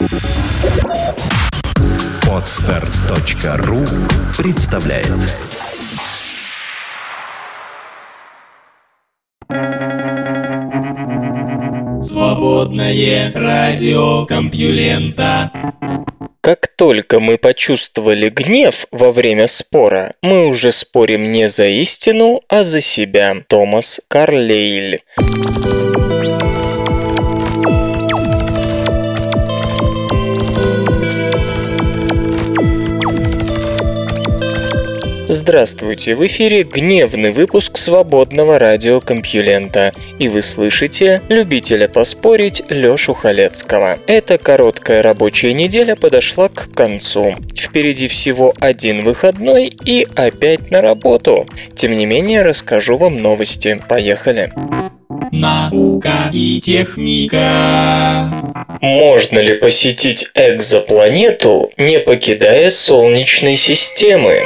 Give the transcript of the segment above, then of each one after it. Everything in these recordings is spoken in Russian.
Podstart.ru представляет. Свободное радио Компьюлента. Как только мы почувствовали гнев во время спора, мы уже спорим не за истину, а за себя. Томас Карлейль. Здравствуйте, в эфире гневный выпуск свободного радио Компьюлента, и вы слышите любителя поспорить Лёшу Халецкого. Эта короткая рабочая неделя подошла к концу. Впереди всего один выходной и опять на работу. Тем не менее, расскажу вам новости. Поехали. Наука и техника. Можно ли посетить экзопланету, не покидая Солнечной системы?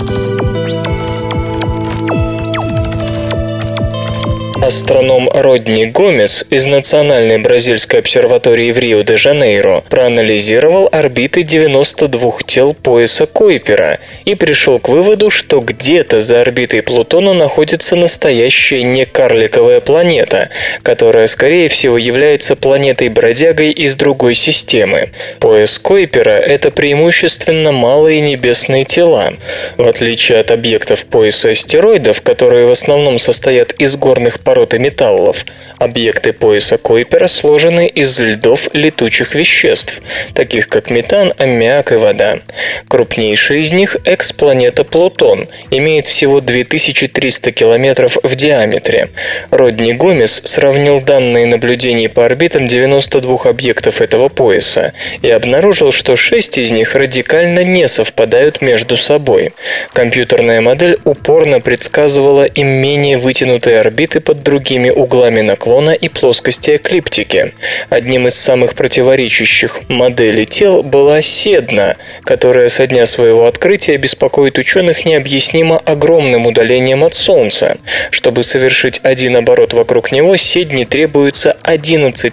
Астроном Родни Гомес из Национальной бразильской обсерватории в Рио-де-Жанейро проанализировал орбиты 92 тел пояса Койпера и пришел к выводу, что где-то за орбитой Плутона находится настоящая некарликовая планета, которая, скорее всего, является планетой-бродягой из другой системы. Пояс Койпера – это преимущественно малые небесные тела. В отличие от объектов пояса астероидов, которые в основном состоят из горных пород и металлов, объекты пояса Койпера сложены из льдов летучих веществ, таких как метан, аммиак и вода. Крупнейшая из них – экспланета Плутон, имеет всего 2300 километров в диаметре. Родни Гомес сравнил данные наблюдений по орбитам 92 объектов этого пояса и обнаружил, что 6 из них радикально не совпадают между собой. Компьютерная модель упорно предсказывала им менее вытянутые орбиты под другими углами наклона и плоскости эклиптики. Одним из самых противоречащих моделей тел была Седна, которая со дня своего открытия беспокоит ученых необъяснимо огромным удалением от Солнца. Чтобы совершить один оборот вокруг него, Седне требуется 11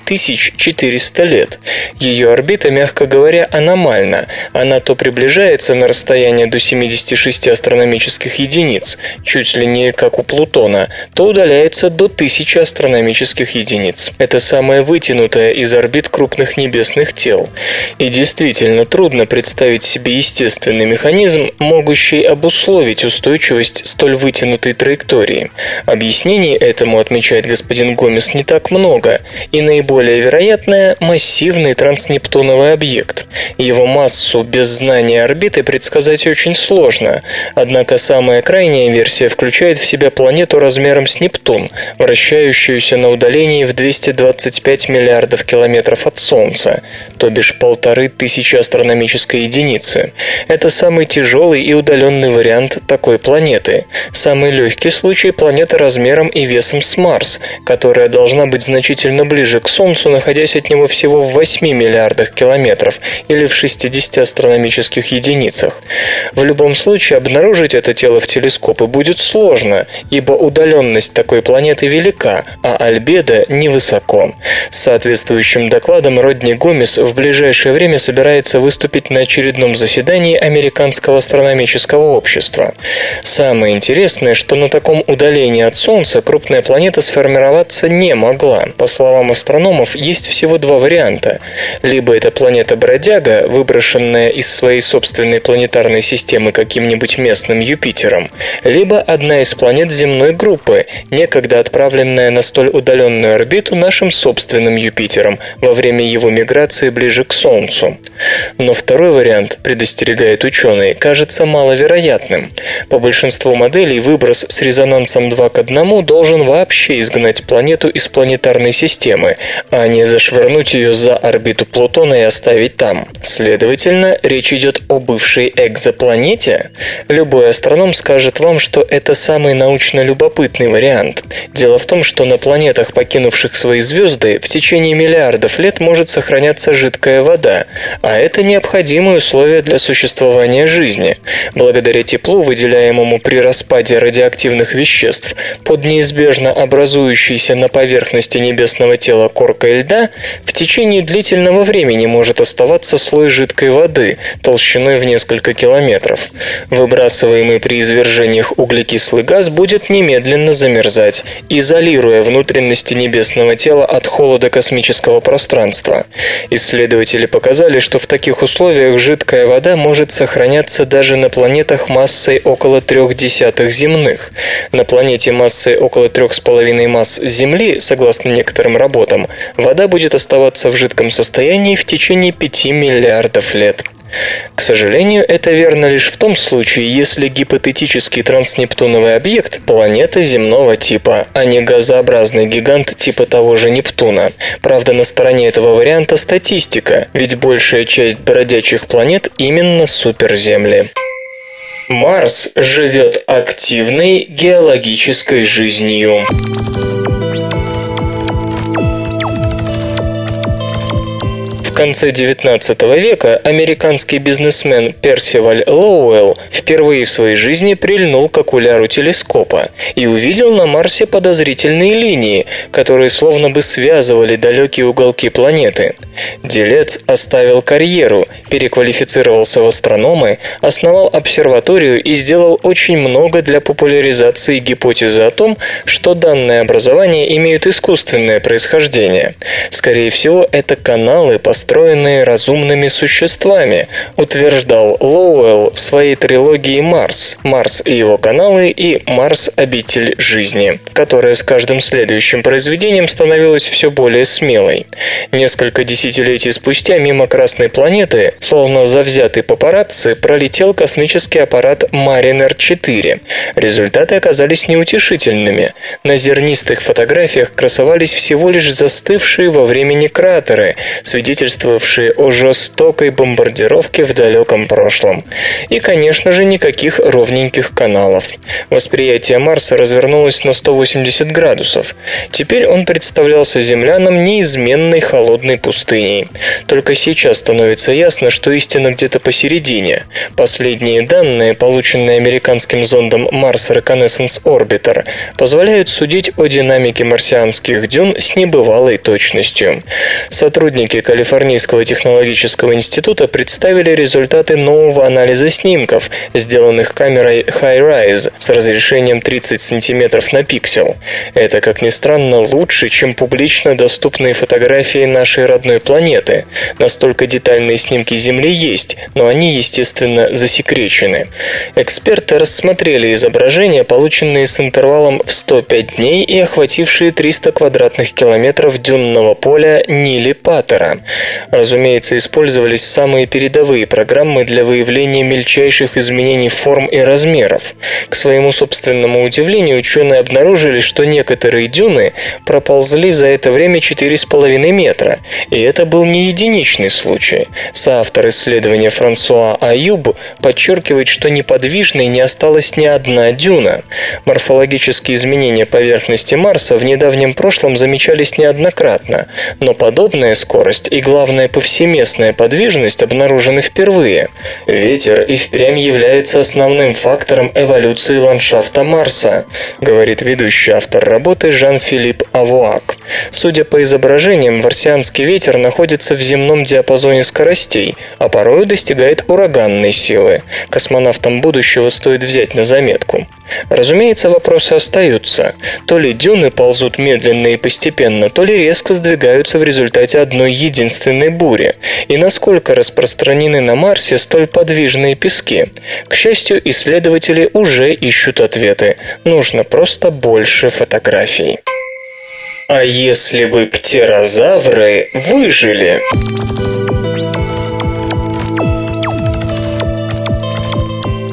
400 лет. Ее орбита, мягко говоря, аномальна. Она то приближается на расстояние до 76 астрономических единиц, чуть ли не как у Плутона, то удаляется до 1000 астрономических единиц. Это самая вытянутая из орбит крупных небесных тел. И действительно трудно представить себе естественный механизм, могущий обусловить устойчивость столь вытянутой траектории. Объяснений этому, отмечает господин Гомес, не так много, и наиболее вероятное – массивный транснептуновый объект. Его массу без знания орбиты предсказать очень сложно, однако самая крайняя версия включает в себя планету размером с Нептун, вращающуюся на удалении в 225 миллиардов километров от Солнца, то бишь 1500 астрономической единицы. Это самый тяжелый и удаленный вариант такой планеты. Самый легкий случай – планета размером и весом с Марс, которая должна быть значительно ближе к Солнцу, находясь от него всего в 8 миллиардах километров или в 60 астрономических единицах. В любом случае, обнаружить это тело в телескопы будет сложно, ибо удаленность такой планеты велика, а альбедо невысоко. С соответствующим докладом Родни Гомес в ближайшее время собирается выступить на очередном заседании Американского астрономического общества. Самое интересное, что на таком удалении от Солнца крупная планета сформироваться не могла. По словам астрономов, есть всего два варианта. Либо это планета-бродяга, выброшенная из своей собственной планетарной системы каким-нибудь местным Юпитером, либо одна из планет земной группы, некогда отправленная на столь удаленную орбиту нашим собственным Юпитером во время его миграции ближе к Солнцу. Но второй вариант, предостерегает ученый, кажется маловероятным. По большинству моделей выброс с резонансом 2 к 1 должен вообще изгнать планету из планетарной системы, а не зашвырнуть ее за орбиту Плутона и оставить там. Следовательно, речь идет о бывшей экзопланете? Любой астроном скажет вам, что это самый научно любопытный вариант. Дело в том, что на планетах, покинувших свои звезды, в течение миллиардов лет может сохраняться жидкая вода, а это необходимые условия для существования жизни. Благодаря теплу, выделяемому при распаде радиоактивных веществ, под неизбежно образующейся на поверхности небесного тела коркой льда, в течение длительного времени может оставаться слой жидкой воды толщиной в несколько километров. Выбрасываемый при извержениях углекислый газ будет немедленно замерзать, изолируя внутренности небесного тела от холода космического пространства. Исследователи показали, что в таких условиях жидкая вода может сохраняться даже на планетах массой около 0,3 земных. На планете массой около 3,5 масс Земли, согласно некоторым работам, вода будет оставаться в жидком состоянии в течение 5 миллиардов лет. К сожалению, это верно лишь в том случае, если гипотетический транснептуновый объект – планета земного типа, а не газообразный гигант типа того же Нептуна. Правда, на стороне этого варианта статистика, ведь большая часть бродячих планет именно суперземли. Марс живет активной геологической жизнью. В конце XIX века американский бизнесмен Персиваль Лоуэлл впервые в своей жизни прильнул к окуляру телескопа и увидел на Марсе подозрительные линии, которые словно бы связывали далекие уголки планеты. Делец оставил карьеру, переквалифицировался в астрономы, основал обсерваторию и сделал очень много для популяризации гипотезы о том, что данные образования имеют искусственное происхождение. Скорее всего, это каналы, построенные разумными существами, утверждал Лоуэлл в своей трилогии «Марс», «Марс и его каналы» и «Марс. Обитель жизни», которая с каждым следующим произведением становилась все более смелой. Несколько десятилетий спустя мимо Красной планеты, словно завзятый папарацци, пролетел космический аппарат Маринер-4. Результаты оказались неутешительными. На зернистых фотографиях красовались всего лишь застывшие во времени кратеры, свидетельствовавшие о жестокой бомбардировке в далеком прошлом. И, конечно же, никаких ровненьких каналов. Восприятие Марса развернулось на 180 градусов. Теперь он представлялся землянам неизменной холодной пустыней. Только сейчас становится ясно, что истина где-то посередине. Последние данные, полученные американским зондом Mars Reconnaissance Orbiter, позволяют судить о динамике марсианских дюн с небывалой точностью. Сотрудники Калифорнийского технологического института представили результаты нового анализа снимков, сделанных камерой HiRISE с разрешением 30 см на пиксель. Это, как ни странно, лучше, чем публично доступные фотографии нашей родной планеты. Настолько детальные снимки Земли есть, но они, естественно, засекречены. Эксперты рассмотрели изображения, полученные с интервалом в 105 дней и охватившие 300 квадратных километров дюнного поля Нили-Паттера. Разумеется, использовались самые передовые программы для выявления мельчайших изменений форм и размеров. К своему собственному удивлению, ученые обнаружили, что некоторые дюны проползли за это время 4,5 метра, и это был не единичный случай. Соавтор исследования Франсуа Аюб подчеркивает, что неподвижной не осталась ни одна дюна. Морфологические изменения поверхности Марса в недавнем прошлом замечались неоднократно, но подобная скорость и, главное, повсеместная подвижность обнаружены впервые. Ветер и впрямь является основным фактором эволюции ландшафта Марса, говорит ведущий автор работы Жан-Филипп Авуак. Судя по изображениям, марсианский ветер находится в земном диапазоне скоростей, а порою достигает ураганной силы. Космонавтам будущего стоит взять на заметку. Разумеется, вопросы остаются. То ли дюны ползут медленно и постепенно, то ли резко сдвигаются в результате одной единственной бури. И насколько распространены на Марсе столь подвижные пески? К счастью, исследователи уже ищут ответы. Нужно просто больше фотографий. А если бы птерозавры выжили?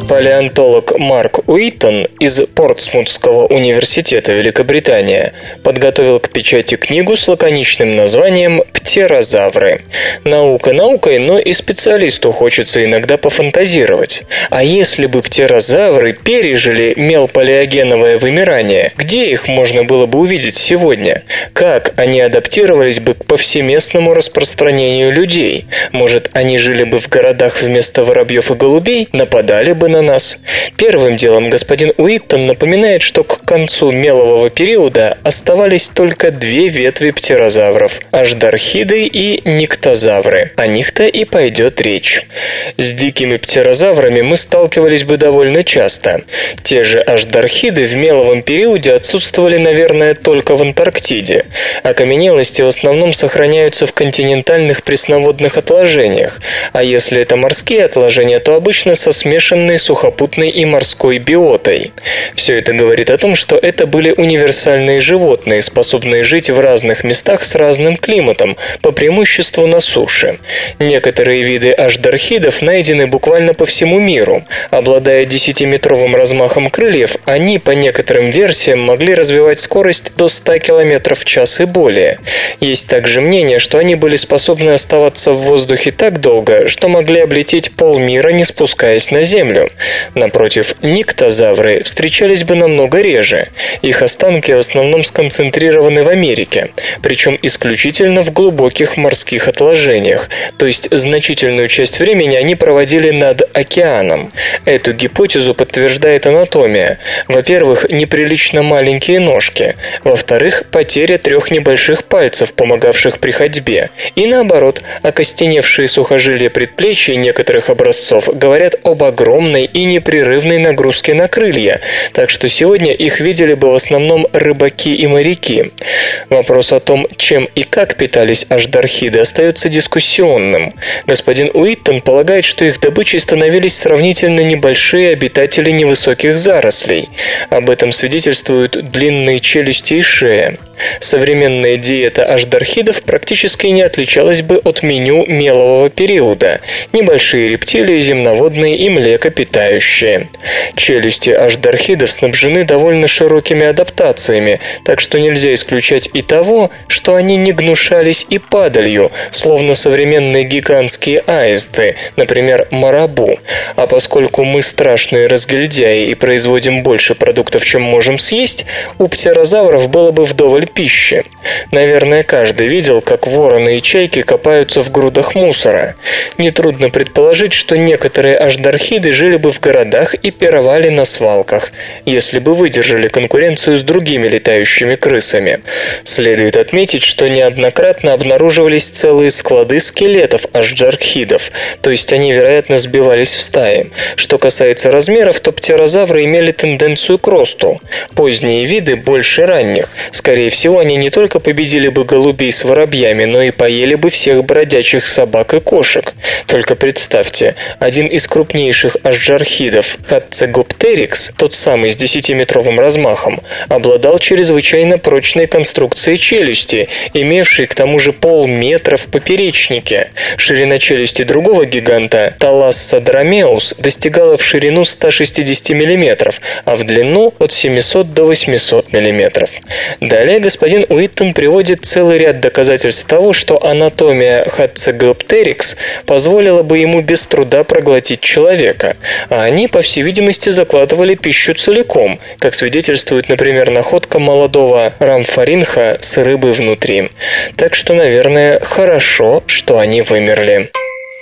Палеонтолог Марк Уиттон из Портсмутского университета Великобритания подготовил к печати книгу с лаконичным названием «Птерозавры». Наука наукой, но и специалисту хочется иногда пофантазировать. А если бы птерозавры пережили мелпалеогеновое вымирание, где их можно было бы увидеть сегодня? Как они адаптировались бы к повсеместному распространению людей? Может, они жили бы в городах вместо воробьев и голубей, нападали бы на нас? Первым делом господин Уиттон напоминает, что к концу мелового периода оставались только две ветви птерозавров – аждархиды и никтозавры. О них-то и пойдет речь. С дикими птерозаврами мы сталкивались бы довольно часто. Те же аждархиды в меловом периоде отсутствовали, наверное, только в Антарктиде. Окаменелости в основном сохраняются в континентальных пресноводных отложениях, а если это морские отложения, то обычно со смешанной сухопутной и морской биотой. Все это говорит о том, что это были универсальные животные, способные жить в разных местах с разным климатом, по преимуществу на суше. Некоторые виды аждархидов найдены буквально по всему миру. Обладая 10-метровым размахом крыльев, они, по некоторым версиям, могли развивать скорость до 100 км в час и более. Есть также мнение, что они были способны оставаться в воздухе так долго, что могли облететь полмира, не спускаясь на Землю. Напротив, никтозавры встречались бы намного реже. Их останки в основном сконцентрированы в Америке, причем исключительно в глубоких морских отложениях, то есть значительную часть времени они проводили над океаном. Эту гипотезу подтверждает анатомия. Во-первых, неприлично маленькие ножки. Во-вторых, потеря 3 небольших пальцев, помогавших при ходьбе. И наоборот, окостеневшие сухожилия предплечий некоторых образцов говорят об огромной и непрерывной нагрузке на крылья, так что сегодня их видели бы в основном рыбаки и моряки. Вопрос о том, чем и как питались аждархиды, остается дискуссионным. Господин Уиттон полагает, что их добычей становились сравнительно небольшие обитатели невысоких зарослей. Об этом свидетельствуют длинные челюсти и шея. Современная диета аждархидов практически не отличалась бы от меню мелового периода. Небольшие рептилии, земноводные и млекопитающие. Челюсти аждархидов снабжены довольно широкими адаптациями, так что нельзя исключать и того, что они не гнушались и падалью, словно современные гигантские аисты, например, марабу. А поскольку мы страшные разгильдяи и производим больше продуктов, чем можем съесть, у птерозавров было бы вдоволь пищи. Наверное, каждый видел, как вороны и чайки копаются в грудах мусора. Нетрудно предположить, что некоторые аждархиды жили бы в городах и пировали на свалках, если бы выдержали конкуренцию с другими летающими крысами. Следует отметить, что неоднократно обнаруживались целые склады скелетов аждархидов, то есть они, вероятно, сбивались в стаи. Что касается размеров, то птерозавры имели тенденцию к росту. Поздние виды больше ранних. Скорее всего, они не только победили бы голубей с воробьями, но и поели бы всех бродячих собак и кошек. Только представьте, один из крупнейших аждархидов, Хатцегоптерикс, тот самый с 10-метровым размахом, обладал чрезвычайно прочной конструкцией челюсти, имевшей к тому же полметра в поперечнике. Ширина челюсти другого гиганта, Талассодромеус, достигала в ширину 160 мм, а в длину от 700 до 800 мм. Далее господин Уиттон приводит целый ряд доказательств того, что анатомия Хатцегоптерикс позволила бы ему без труда проглотить человека, а они, по всей видимости, закладывали пищу целиком, как свидетельствует, например, находка молодого рамфоринха с рыбой внутри. Так что, наверное, хорошо, что они вымерли.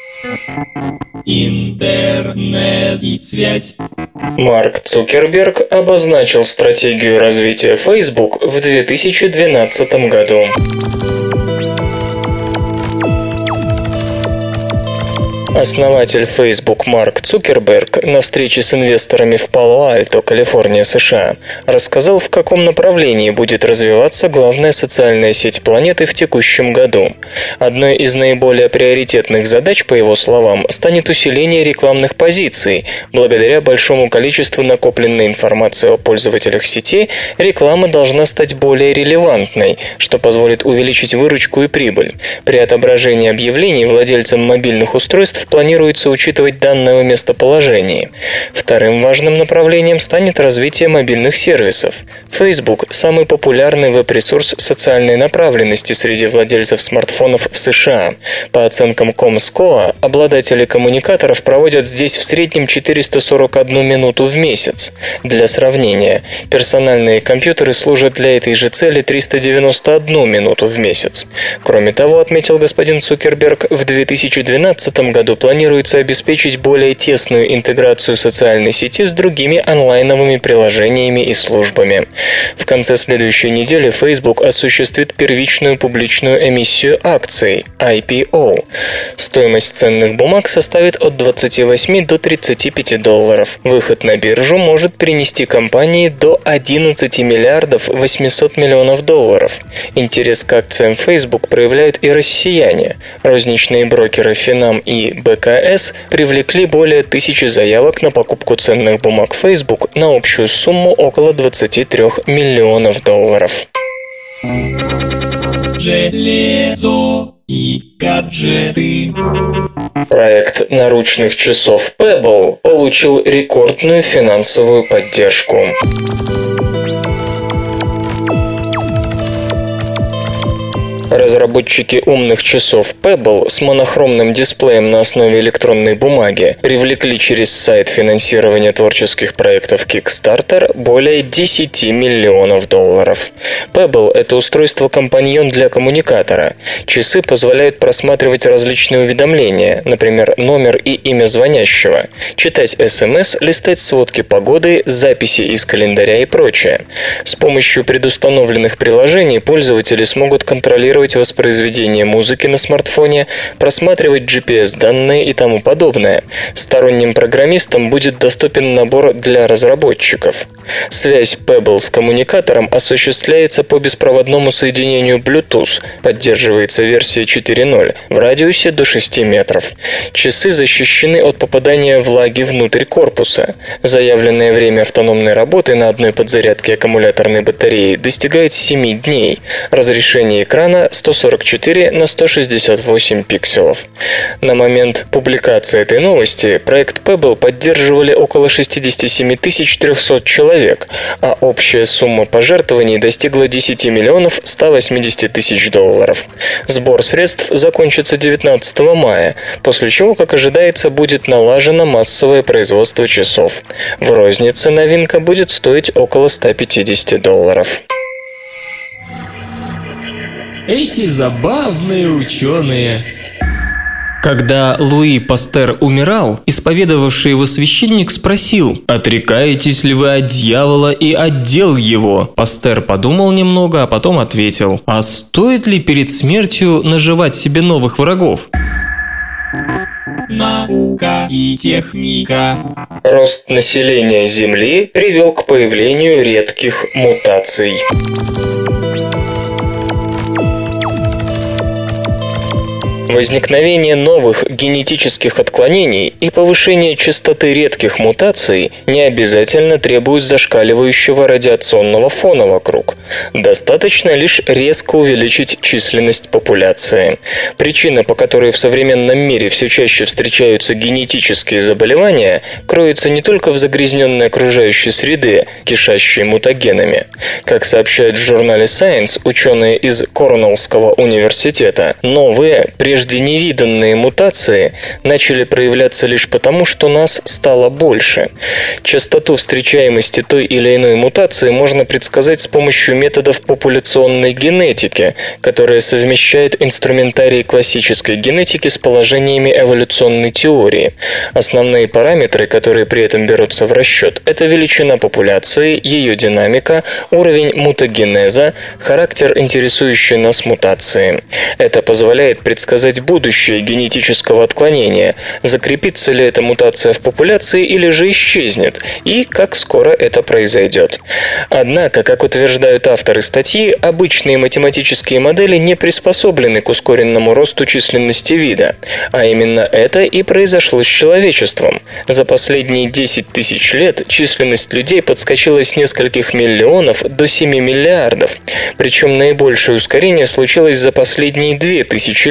Интернет и связь. Марк Цукерберг обозначил стратегию развития Facebook в 2012 году. Основатель Facebook Марк Цукерберг на встрече с инвесторами в Пало-Альто, Калифорния, США, рассказал, в каком направлении будет развиваться главная социальная сеть планеты в текущем году. Одной из наиболее приоритетных задач, по его словам, станет усиление рекламных позиций. Благодаря большому количеству накопленной информации о пользователях сети, реклама должна стать более релевантной, что позволит увеличить выручку и прибыль. При отображении объявлений владельцам мобильных устройств планируется учитывать данные о местоположении. Вторым важным направлением станет развитие мобильных сервисов. Facebook – самый популярный веб-ресурс социальной направленности среди владельцев смартфонов в США. По оценкам Comscore, обладатели коммуникаторов проводят здесь в среднем 441 минуту в месяц. Для сравнения, персональные компьютеры служат для этой же цели 391 минуту в месяц. Кроме того, отметил господин Цукерберг, в 2012 году планируется обеспечить более тесную интеграцию социальной сети с другими онлайновыми приложениями и службами. В конце следующей недели Facebook осуществит первичную публичную эмиссию акций IPO. Стоимость ценных бумаг составит от 28 до 35 долларов. Выход на биржу может принести компании до 11 миллиардов 800 миллионов долларов. Интерес к акциям Facebook проявляют и россияне. Розничные брокеры Финам и БКС привлекли более 1000 заявок на покупку ценных бумаг Facebook на общую сумму около 23 миллионов долларов. Железо и гаджеты. Проект наручных часов Pebble получил рекордную финансовую поддержку. Разработчики умных часов Pebble с монохромным дисплеем на основе электронной бумаги привлекли через сайт финансирования творческих проектов Kickstarter более 10 миллионов долларов. Pebble – это устройство-компаньон для коммуникатора. Часы позволяют просматривать различные уведомления, например, номер и имя звонящего, читать СМС, листать сводки погоды, записи из календаря и прочее. С помощью предустановленных приложений пользователи смогут контролировать воспроизведение музыки на смартфоне, просматривать GPS-данные и тому подобное. Сторонним программистам будет доступен набор для разработчиков. Связь Pebble с коммуникатором осуществляется по беспроводному соединению Bluetooth, поддерживается версия 4.0, в радиусе до 6 метров. Часы защищены от попадания влаги внутрь корпуса. Заявленное время автономной работы на одной подзарядке аккумуляторной батареи достигает 7 дней. Разрешение экрана 144 на 168 пикселов. На момент публикации этой новости проект Pebble поддерживали около 67 300 человек, а общая сумма пожертвований достигла 10 миллионов 180 тысяч долларов. Сбор средств закончится 19 мая, после чего, как ожидается, будет налажено массовое производство часов. В рознице новинка будет стоить около 150 долларов. Эти забавные ученые. Когда Луи Пастер умирал, исповедовавший его священник спросил: «Отрекаетесь ли вы от дьявола и от дел его?» Пастер подумал немного, а потом ответил: «А стоит ли перед смертью наживать себе новых врагов?» Наука и техника. Рост населения Земли привел к появлению редких мутаций. Возникновение новых генетических отклонений и повышение частоты редких мутаций не обязательно требуют зашкаливающего радиационного фона вокруг. Достаточно лишь резко увеличить численность популяции. Причина, по которой в современном мире все чаще встречаются генетические заболевания, кроется не только в загрязненной окружающей среде, кишащей мутагенами. Как сообщают в журнале Science ученые из Корнеллского университета, новые, прежде невиданные мутации начали проявляться лишь потому, что нас стало больше. Частоту встречаемости той или иной мутации можно предсказать с помощью методов популяционной генетики, которая совмещает инструментарий классической генетики с положениями эволюционной теории. Основные параметры, которые при этом берутся в расчет, это величина популяции, ее динамика, уровень мутагенеза, характер интересующей нас мутации. Это позволяет предсказать будущее генетического отклонения, закрепится ли эта мутация в популяции или же исчезнет, и как скоро это произойдет. Однако, как утверждают авторы статьи, обычные математические модели не приспособлены к ускоренному росту численности вида, а именно это и произошло с человечеством. За последние 10 тысяч лет численность людей подскочила с нескольких миллионов до 7 миллиардов, причем наибольшее ускорение случилось за последние 2000 лет,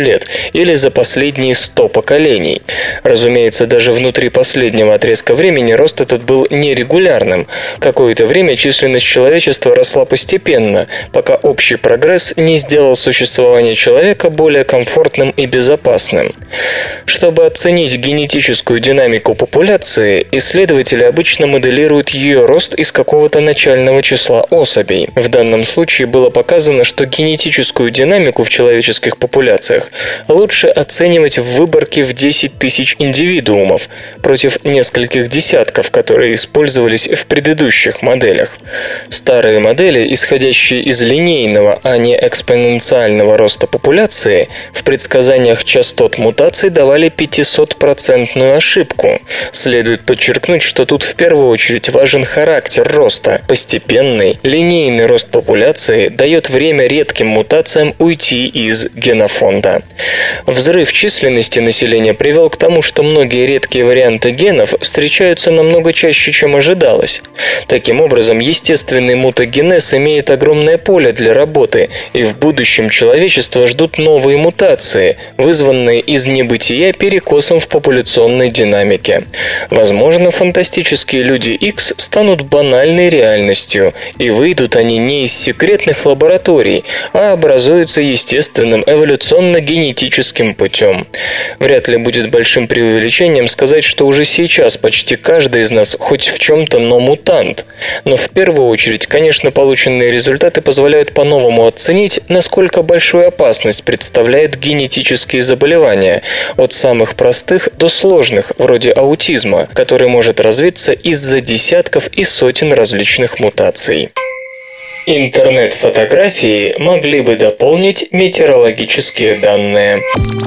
или за последние 100 поколений. Разумеется, даже внутри последнего отрезка времени рост этот был нерегулярным. Какое-то время численность человечества росла постепенно, пока общий прогресс не сделал существование человека более комфортным и безопасным. Чтобы оценить генетическую динамику популяции, исследователи обычно моделируют ее рост из какого-то начального числа особей. В данном случае было показано, что генетическую динамику в человеческих популяциях лучше оценивать в выборке в 10 тысяч индивидуумов против нескольких десятков, которые использовались в предыдущих моделях. Старые модели, исходящие из линейного, а не экспоненциального роста популяции, в предсказаниях частот мутаций давали 500% ошибку. Следует подчеркнуть, что тут в первую очередь важен характер роста. Постепенный, линейный рост популяции дает время редким мутациям уйти из генофонда. Взрыв численности населения привел к тому, что многие редкие варианты генов встречаются намного чаще, чем ожидалось. Таким образом, естественный мутагенез имеет огромное поле для работы, и в будущем человечество ждут новые мутации, вызванные из небытия перекосом в популяционной динамике. Возможно, фантастические люди X станут банальной реальностью, и выйдут они не из секретных лабораторий, а образуются естественным эволюционно-генетическим путем. Вряд ли будет большим преувеличением сказать, что уже сейчас почти каждый из нас хоть в чем-то, но мутант. Но в первую очередь, конечно, полученные результаты позволяют по-новому оценить, насколько большую опасность представляют генетические заболевания, от самых простых до сложных, вроде аутизма, который может развиться из-за десятков и сотен различных мутаций. Интернет-фотографии могли бы дополнить метеорологические данные.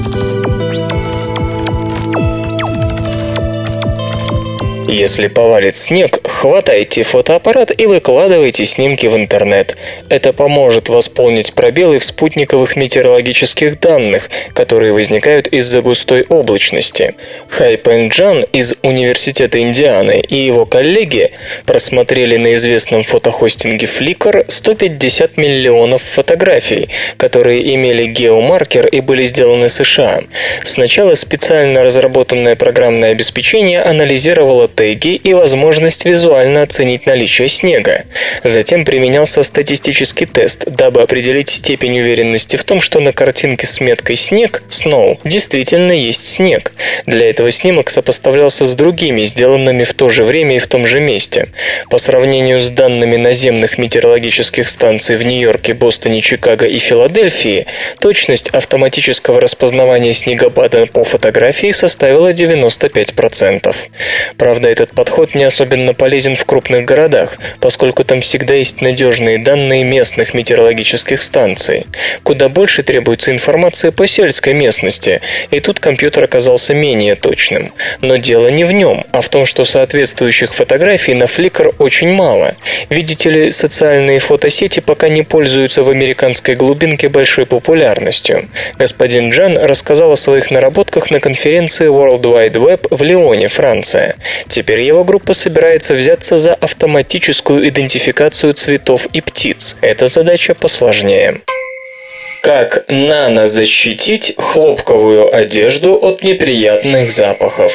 Если повалит снег, хватайте фотоаппарат и выкладывайте снимки в интернет. Это поможет восполнить пробелы в спутниковых метеорологических данных, которые возникают из-за густой облачности. Хайпен Джан из Университета Индианы и его коллеги просмотрели на известном фотохостинге Flickr 150 миллионов фотографий, которые имели геомаркер и были сделаны в США. Сначала специально разработанное программное обеспечение анализировало теги и возможность визуально оценить наличие снега. Затем применялся статистический тест, дабы определить степень уверенности в том, что на картинке с меткой «снег» (snow) действительно есть снег. Для этого снимок сопоставлялся с другими, сделанными в то же время и в том же месте. По сравнению с данными наземных метеорологических станций в Нью-Йорке, Бостоне, Чикаго и Филадельфии, точность автоматического распознавания снегопада по фотографии составила 95%. Правда, этот подход не особенно полезен в крупных городах, поскольку там всегда есть надежные данные местных метеорологических станций. Куда больше требуется информация по сельской местности, и тут компьютер оказался менее точным. Но дело не в нем, а в том, что соответствующих фотографий на Flickr очень мало. Видите ли, социальные фотосети пока не пользуются в американской глубинке большой популярностью. Господин Джан рассказал о своих наработках на конференции World Wide Web в Лионе, Франция. Теперь его группа собирается взяться за автоматическую идентификацию цветов и птиц. Эта задача посложнее. Как нанозащитить хлопковую одежду от неприятных запахов?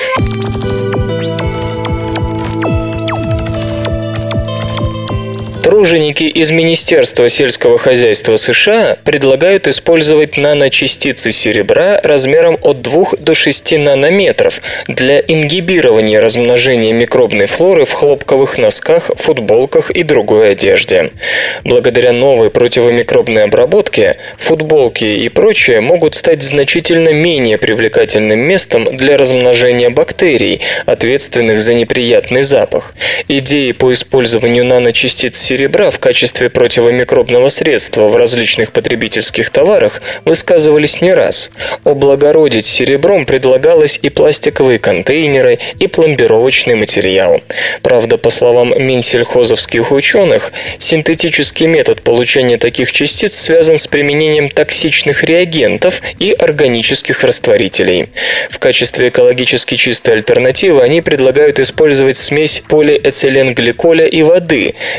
Труженики из Министерства сельского хозяйства США предлагают использовать наночастицы серебра размером от 2 до 6 нанометров для ингибирования размножения микробной флоры в хлопковых носках, футболках и другой одежде. Благодаря новой противомикробной обработке, футболки и прочее могут стать значительно менее привлекательным местом для размножения бактерий, ответственных за неприятный запах. Идеи по использованию наночастиц серебра в качестве противомикробного средства в различных потребительских товарах высказывались не раз. Облагородить серебром предлагалось и пластиковые контейнеры, и пломбировочный материал. Правда, по словам минсельхозовских ученых, синтетический метод получения таких частиц связан с применением токсичных реагентов и органических растворителей. В качестве экологически чистой альтернативы они предлагают использовать смесь полиэтиленгликоля и воды, где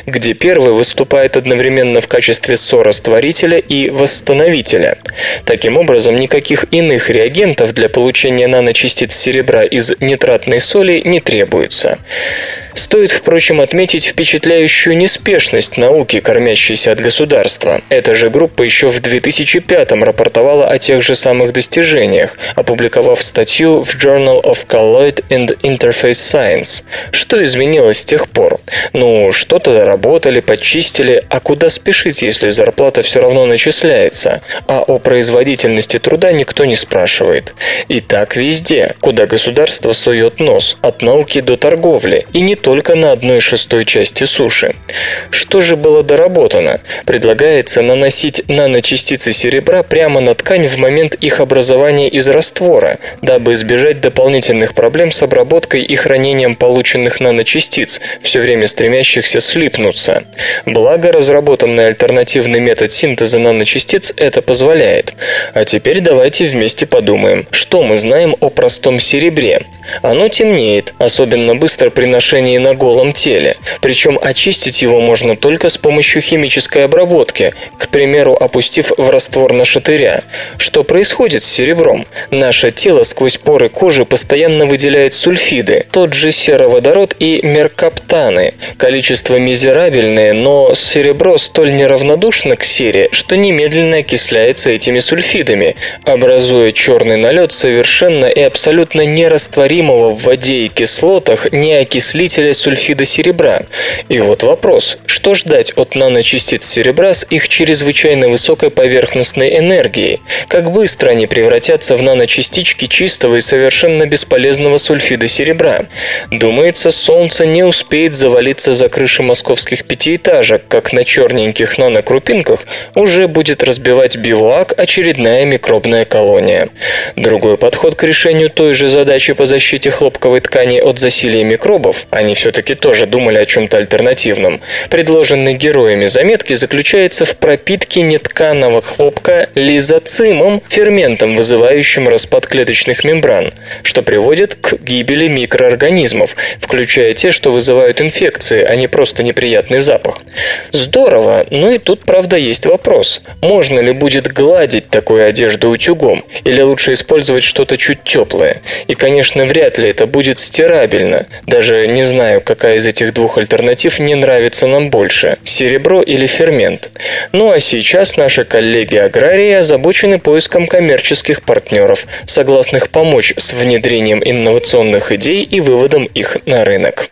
первый выступает одновременно в качестве сорастворителя и восстановителя. Таким образом, никаких иных реагентов для получения наночастиц серебра из нитратной соли не требуется. Стоит, впрочем, отметить впечатляющую неспешность науки, кормящейся от государства. Эта же группа еще в 2005-м рапортовала о тех же самых достижениях, опубликовав статью в Journal of Colloid and Interface Science. Что изменилось с тех пор? Что-то доработали, подчистили, а куда спешить, если зарплата все равно начисляется? А о производительности труда никто не спрашивает. И так везде, куда государство сует нос, от науки до торговли, и не только на 1/6 части суши. Что же было доработано? Предлагается наносить наночастицы серебра прямо на ткань в момент их образования из раствора, дабы избежать дополнительных проблем с обработкой и хранением полученных наночастиц, все время стремящихся слипнуться. Благо, разработанный альтернативный метод синтеза наночастиц это позволяет. А теперь давайте вместе подумаем, что мы знаем о простом серебре. Оно темнеет, особенно быстро при ношении на голом теле. Причем очистить его можно только с помощью химической обработки, к примеру, опустив в раствор нашатыря. Что происходит с серебром? Наше тело сквозь поры кожи постоянно выделяет сульфиды, тот же сероводород и меркаптаны. Количество мизерабельное, но серебро столь неравнодушно к сере, что немедленно окисляется этими сульфидами, образуя черный налет совершенно и абсолютно нерастворимого в воде и кислотах неокислителя сульфида серебра. И вот вопрос, что ждать от наночастиц серебра с их чрезвычайно высокой поверхностной энергией? Как быстро они превратятся в наночастички чистого и совершенно бесполезного сульфида серебра? Думается, Солнце не успеет завалиться за крыши московских пятиэтажек, как на черненьких нанокрупинках уже будет разбивать бивуак очередная микробная колония. Другой подход к решению той же задачи по защите хлопковой ткани от засилия микробов, они все-таки тоже думали о чем-то альтернативном, предложенный героями заметки заключается в пропитке нетканого хлопка лизоцимом, ферментом, вызывающим распад клеточных мембран, что приводит к гибели микроорганизмов, включая те, что вызывают инфекции, а не просто неприятный запах. Здорово, но и тут, правда, есть вопрос. Можно ли будет гладить такую одежду утюгом? Или лучше использовать что-то чуть теплое? И, конечно, вряд ли это будет стирабельно. Даже не знаю, какая из этих двух альтернатив не нравится нам больше – серебро или фермент. Ну а сейчас наши коллеги-аграрии озабочены поиском коммерческих партнеров, согласных помочь с внедрением инновационных идей и выводом их на рынок.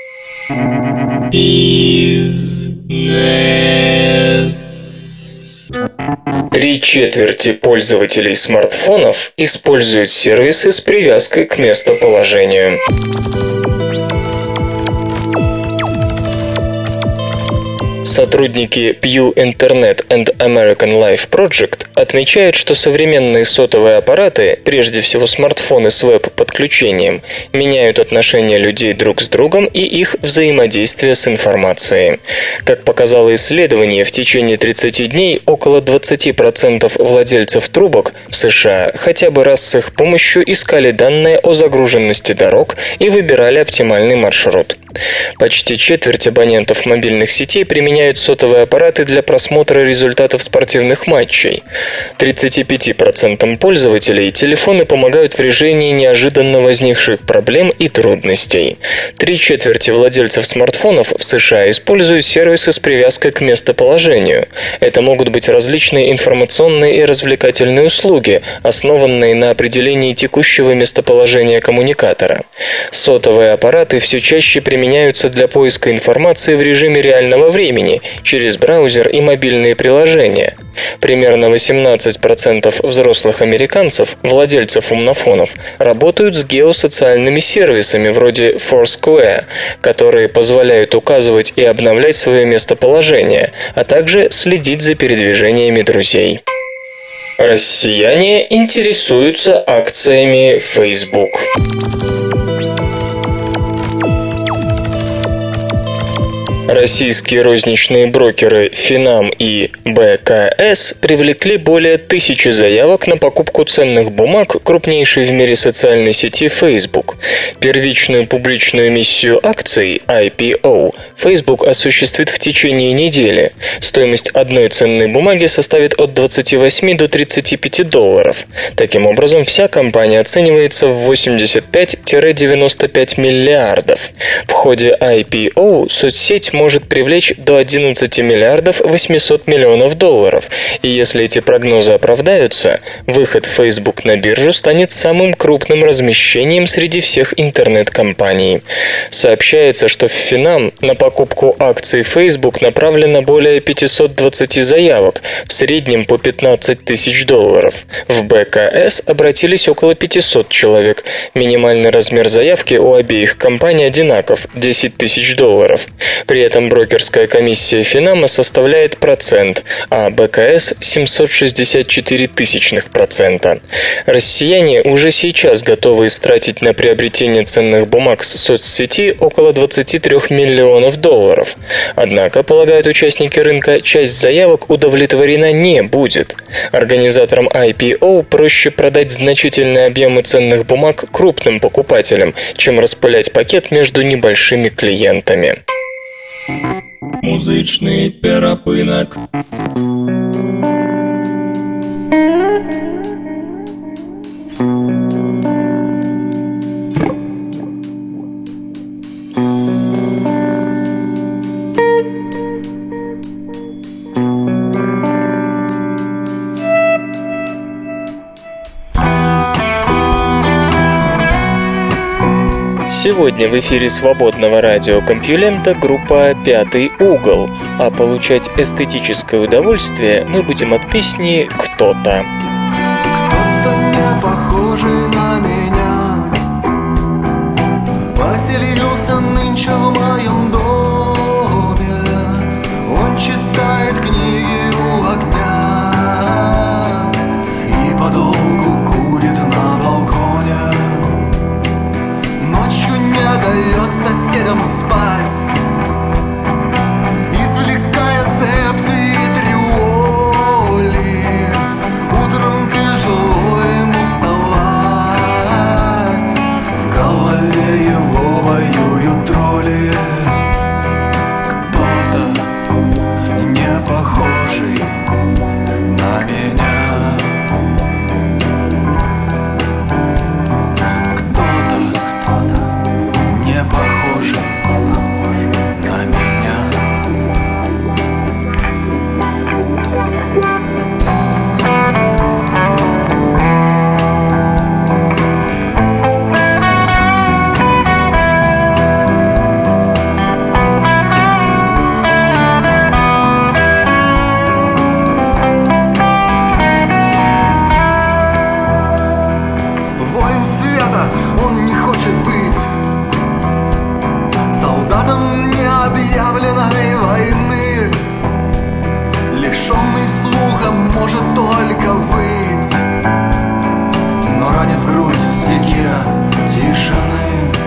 Бизнес. 3/4 пользователей смартфонов используют сервисы с привязкой к местоположению. Сотрудники Pew Internet and American Life Project отмечают, что современные сотовые аппараты, прежде всего смартфоны с веб-подключением, меняют отношения людей друг с другом и их взаимодействие с информацией. Как показало исследование, в течение 30 дней около 20% владельцев трубок в США хотя бы раз с их помощью искали данные о загруженности дорог и выбирали оптимальный маршрут. Почти четверть абонентов мобильных сетей применяют сотовые аппараты для просмотра результатов спортивных матчей. 35% пользователей телефоны помогают в решении неожиданно возникших проблем и трудностей. 3/4 владельцев смартфонов в США используют сервисы с привязкой к местоположению. Это могут быть различные информационные и развлекательные услуги, основанные на определении текущего местоположения коммуникатора. Сотовые аппараты все чаще применяются для поиска информации в режиме реального времени через браузер и мобильные приложения. Примерно 18% взрослых американцев, владельцев умнофонов, работают с геосоциальными сервисами вроде Foursquare, которые позволяют указывать и обновлять свое местоположение, а также следить за передвижениями друзей. Россияне интересуются акциями Facebook. Российские розничные брокеры Финам и БКС привлекли более 1000 заявок на покупку ценных бумаг крупнейшей в мире социальной сети Facebook. Первичную публичную эмиссию акций IPO Facebook осуществит в течение недели. Стоимость одной ценной бумаги составит от 28 до $35. Таким образом, вся компания оценивается в 85-95 миллиардов. В ходе IPO соцсеть может привлечь до 11 миллиардов 800 миллионов долларов. И если эти прогнозы оправдаются, выход Facebook на биржу станет самым крупным размещением среди всех интернет-компаний. Сообщается, что в Финам на покупку акций Facebook направлено более 520 заявок, в среднем по $15 тысяч. В БКС обратились около 500 человек. Минимальный размер заявки у обеих компаний одинаков – $10 тысяч. При этом брокерская комиссия Финама составляет 1%, а БКС – 764%. Россияне уже сейчас готовы истратить на приобретение ценных бумаг с соцсети около $23 миллионов. Однако, полагают участники рынка, часть заявок удовлетворена не будет. Организаторам IPO проще продать значительные объемы ценных бумаг крупным покупателям, чем распылять пакет между небольшими клиентами. Музичний перепинок. Сегодня в эфире свободного радиокомпьюлента группа «Пятый угол», а получать эстетическое удовольствие мы будем от песни «Кто-то». Кто-то не похожий на меня поселился нынче в моем доме. Он читает книги у огня и подолгу курит на балконе. Ночью не дает соседям спать, извлекая септы и триоли. Утром тяжело ему вставать, в голове его воюют тролли. Кто-то не похожий на меня. Не похожи на меня. Воин света, он не хочет быть солдатом необъявленной войны. Лишенный слуха может только выть, но ранит в грудь секира тишины.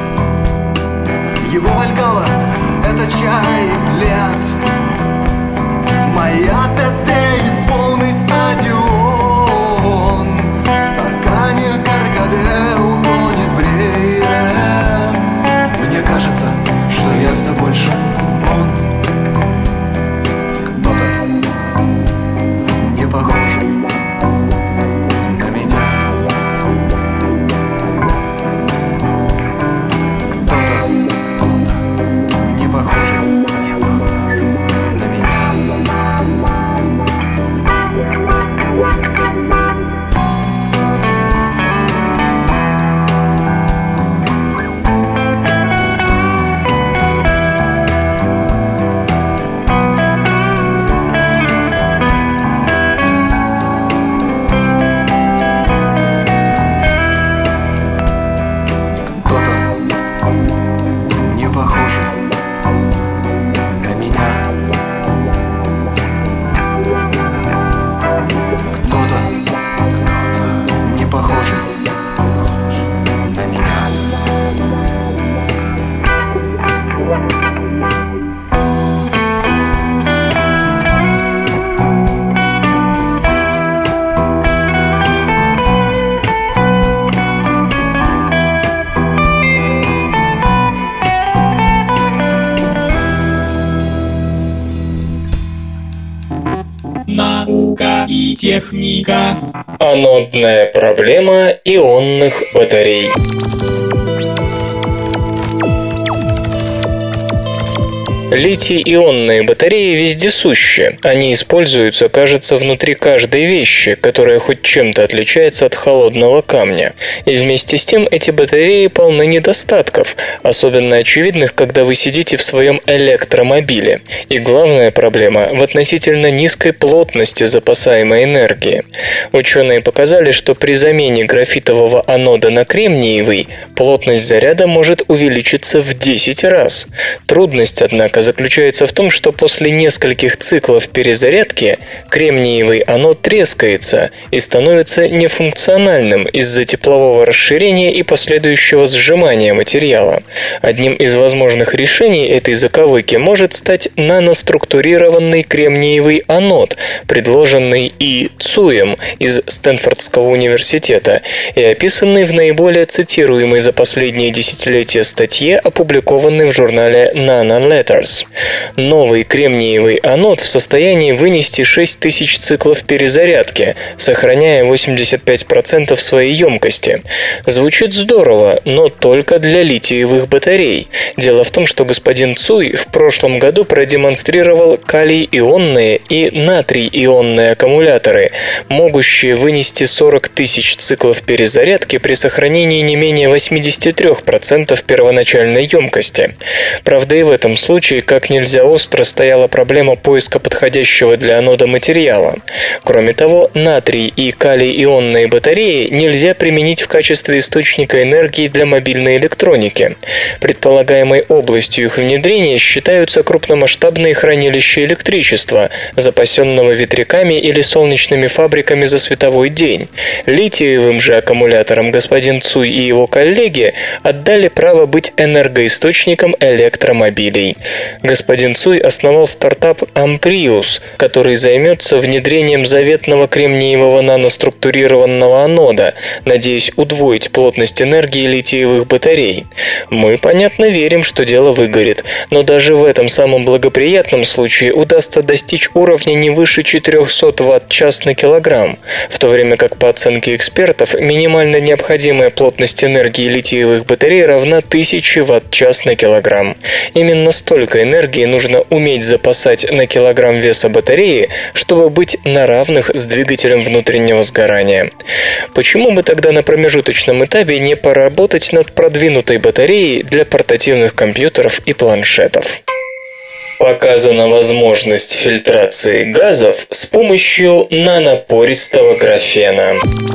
Его Вальгалла — это чай и плед, моя ТТ и полный стадион. В стакане каркаде утонет бред. Мне кажется, что я все больше он. Кто-то не похожий на меня. Кто-то не похожий на меня. и техника. Анодная проблема ионных батарей. Литий-ионные батареи вездесущи. Они используются, кажется, внутри каждой вещи, которая хоть чем-то отличается от холодного камня. И вместе с тем эти батареи полны недостатков, особенно очевидных, когда вы сидите в своем электромобиле. И главная проблема в относительно низкой плотности запасаемой энергии. Ученые показали, что при замене графитового анода на кремниевый плотность заряда может увеличиться в 10 раз. Трудность, однако, заключается в том, что после нескольких циклов перезарядки кремниевый анод трескается и становится нефункциональным из-за теплового расширения и последующего сжимания материала. Одним из возможных решений этой заковыки может стать наноструктурированный кремниевый анод, предложенный И. Цуем из Стэнфордского университета и описанный в наиболее цитируемой за последние десятилетия статье, опубликованной в журнале Nanoletters. Новый кремниевый анод в состоянии вынести 6000 циклов перезарядки, сохраняя 85% своей емкости. Звучит здорово, но только для литиевых батарей. Дело в том, что господин Цуй в прошлом году продемонстрировал калий-ионные и натрий-ионные аккумуляторы, могущие вынести 40 тысяч циклов перезарядки при сохранении не менее 83% первоначальной емкости. Правда, и в этом случае как нельзя остро стояла проблема поиска подходящего для анода материала. Кроме того, натрий и калий-ионные батареи нельзя применить в качестве источника энергии для мобильной электроники. Предполагаемой областью их внедрения считаются крупномасштабные хранилища электричества, запасенного ветряками или солнечными фабриками за световой день. Литиевым же аккумуляторам господин Цуй и его коллеги отдали право быть энергоисточником электромобилей. Господин Цуй основал стартап Amprius, который займется внедрением заветного кремниевого наноструктурированного анода, надеясь удвоить плотность энергии литиевых батарей. Мы, понятно, верим, что дело выгорит, но даже в этом самом благоприятном случае удастся достичь уровня не выше 400 Вт-час на килограмм, в то время как, по оценке экспертов, минимально необходимая плотность энергии литиевых батарей равна 1000 Вт-час на килограмм. Именно столько энергии нужно уметь запасать на килограмм веса батареи, чтобы быть на равных с двигателем внутреннего сгорания. Почему бы тогда на промежуточном этапе не поработать над продвинутой батареей для портативных компьютеров и планшетов? Показана возможность фильтрации газов с помощью нанопористого графена.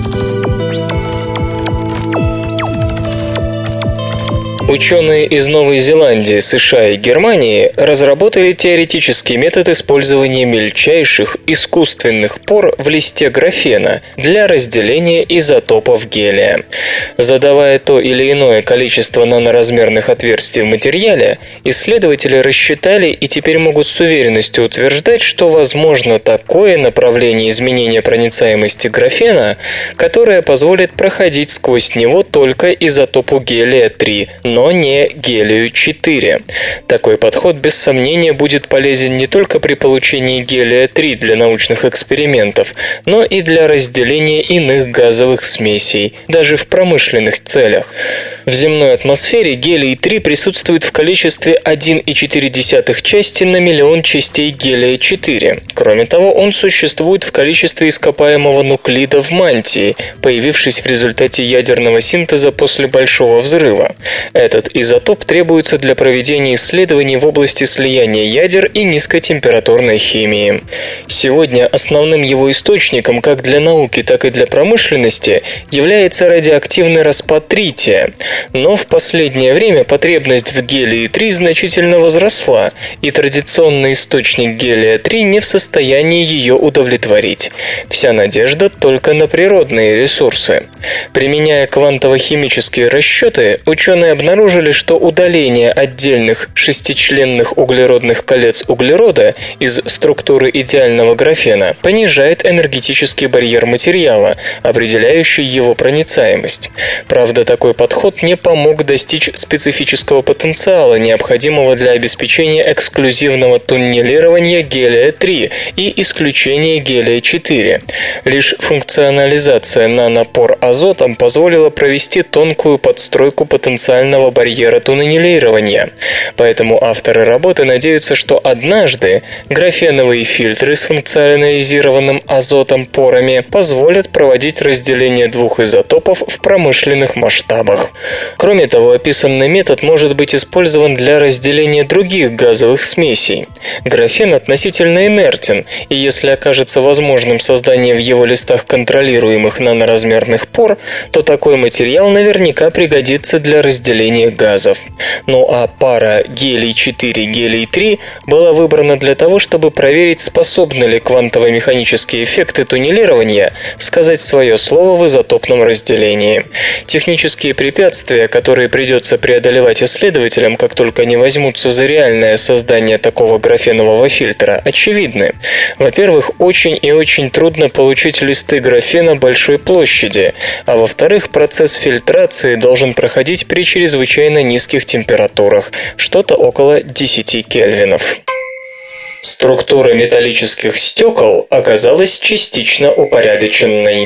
Ученые из Новой Зеландии, США и Германии разработали теоретический метод использования мельчайших искусственных пор в листе графена для разделения изотопов гелия. Задавая то или иное количество наноразмерных отверстий в материале, исследователи рассчитали и теперь могут с уверенностью утверждать, что возможно такое направление изменения проницаемости графена, которое позволит проходить сквозь него только изотопу гелия-3, но не гелию-4. Такой подход без сомнения будет полезен не только при получении гелия-3 для научных экспериментов, но и для разделения иных газовых смесей, даже в промышленных целях. В земной атмосфере гелий-3 присутствует в количестве 1,4 части на миллион частей гелия-4. Кроме того, он существует в количестве ископаемого нуклида в мантии, появившись в результате ядерного синтеза после Большого взрыва. Этот изотоп требуется для проведения исследований в области слияния ядер и низкотемпературной химии. Сегодня основным его источником как для науки, так и для промышленности является радиоактивный распад трития. Но в последнее время потребность в гелии-3 значительно возросла, и традиционный источник гелия-3 не в состоянии ее удовлетворить. Вся надежда только на природные ресурсы. Применяя квантово-химические расчеты, ученые обнаружили, обнаружили, что удаление отдельных шестичленных углеродных колец углерода из структуры идеального графена понижает энергетический барьер материала, определяющий его проницаемость. Правда, такой подход не помог достичь специфического потенциала, необходимого для обеспечения эксклюзивного туннелирования гелия-3 и исключения гелия-4. Лишь функционализация нанопор азотом позволила провести тонкую подстройку потенциального барьера туннелирования. Поэтому авторы работы надеются, что однажды графеновые фильтры с функционализированным азотом порами позволят проводить разделение двух изотопов в промышленных масштабах. Кроме того, описанный метод может быть использован для разделения других газовых смесей. Графен относительно инертен, и если окажется возможным создание в его листах контролируемых наноразмерных пор, то такой материал наверняка пригодится для разделения газов. Ну а пара гелий-4, гелий-3 была выбрана для того, чтобы проверить, способны ли квантово-механические эффекты туннелирования сказать свое слово в изотопном разделении. Технические препятствия, которые придется преодолевать исследователям, как только они возьмутся за реальное создание такого графенового фильтра, очевидны. Во-первых, очень и очень трудно получить листы графена большой площади, а во-вторых, процесс фильтрации должен проходить при чрезвычайно низких температурах, что-то около 10 кельвинов. Структура металлических стекол оказалась частично упорядоченной.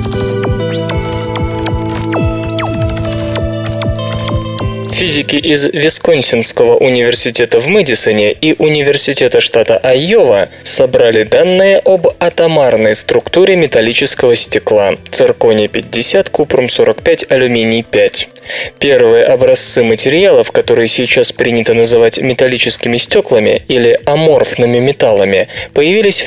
Физики из Висконсинского университета в Мэдисоне и Университета штата Айова собрали данные об атомарной структуре металлического стекла цирконий-50, купрум-45, алюминий-5. Первые образцы материалов, которые сейчас принято называть металлическими стеклами или аморфными металлами, появились в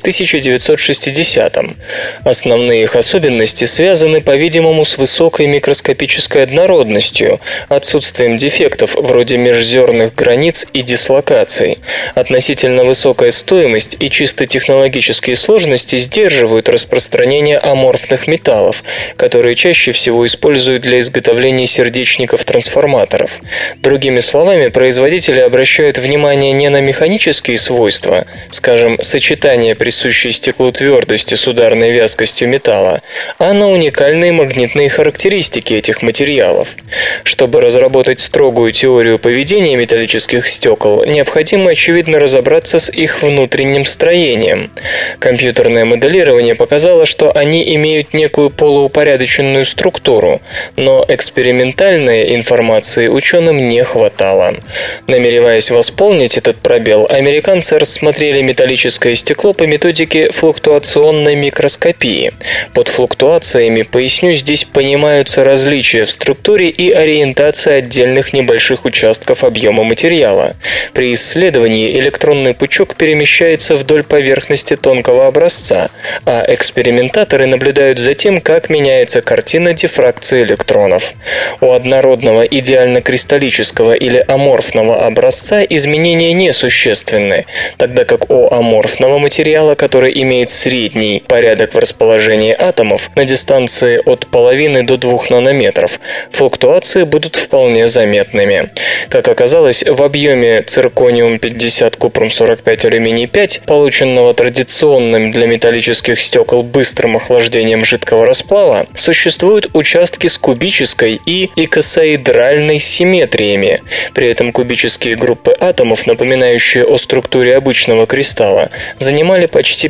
1960-м. Основные их особенности связаны, по-видимому, с высокой микроскопической однородностью, отсутствием дефектов вроде межзерных границ и дислокаций. Относительно высокая стоимость и чисто технологические сложности сдерживают распространение аморфных металлов, которые чаще всего используют для изготовления сердечников-трансформаторов. Другими словами, производители обращают внимание не на механические свойства, скажем, сочетание присущей стеклу твердости с ударной вязкостью металла, а на уникальные магнитные характеристики этих материалов. Чтобы разработать строгую теорию поведения металлических стекол, необходимо, очевидно, разобраться с их внутренним строением. Компьютерное моделирование показало, что они имеют некую полуупорядоченную структуру, но экспериментальной информации ученым не хватало. Намереваясь восполнить этот пробел, американцы рассмотрели металлическое стекло по методике флуктуационной микроскопии. Под флуктуациями, поясню, здесь понимаются различия в структуре и ориентации отдельных небольших участков объема материала. При исследовании электронный пучок перемещается вдоль поверхности тонкого образца, а экспериментаторы наблюдают за тем, как меняется картина дифракции электронов. У однородного идеально-кристаллического или аморфного образца изменения несущественны, тогда как у аморфного материала, который имеет средний порядок в расположении атомов на дистанции от половины до 2 нанометров, флуктуации будут вполне заметными. Как оказалось, в объеме циркониум-50, купрум-45, алюминий-5, полученного традиционным для металлических стекол быстрым охлаждением жидкого расплава, существуют участки с кубической и икосаэдральной симметриями. При этом кубические группы атомов, напоминающие о структуре обычного кристалла, занимали почти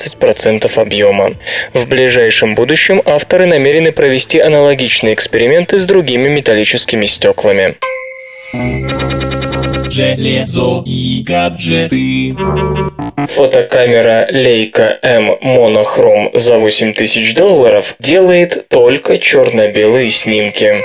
15% объема. В ближайшем будущем авторы намерены провести аналогичные эксперименты с другими металлическими стеклами. Железо и гаджеты. Фотокамера Leica M Monochrome за $8000 делает только черно-белые снимки.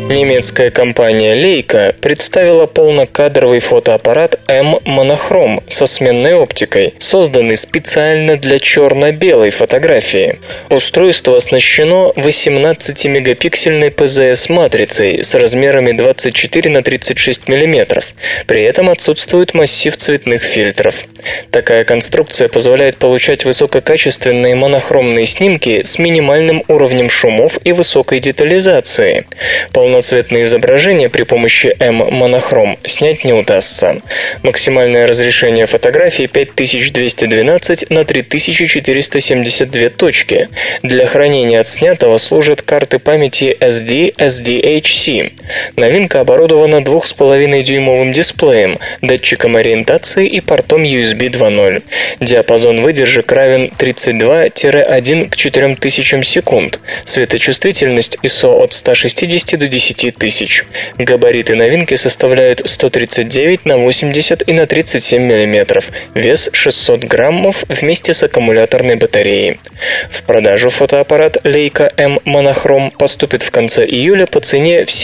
Немецкая компания Leica представила полнокадровый фотоаппарат M-Monochrome со сменной оптикой, созданный специально для черно-белой фотографии. Устройство оснащено 18-мегапиксельной ПЗС-матрицей с размерами 24 на 36 мм. При этом отсутствует массив цветных фильтров. Такая конструкция позволяет получать высококачественные монохромные снимки с минимальным уровнем шумов и высокой детализации. Полноцветные изображения при помощи M-Monochrome снять не удастся. Максимальное разрешение фотографии 5212 на 3472 точки. Для хранения отснятого служат карты памяти SD, SDHC. Новинка оборудована 2,5-дюймовым дисплеем, датчиком ориентации и портом USB 2.0. Диапазон выдержек равен 32-1 к 4000 секунд. Светочувствительность ISO от 160 до 10 тысяч. Габариты новинки составляют 139 на 80 и на 37 мм. Вес 600 граммов вместе с аккумуляторной батареей. В продажу фотоаппарат Leica M-Monochrome поступит в конце июля по цене в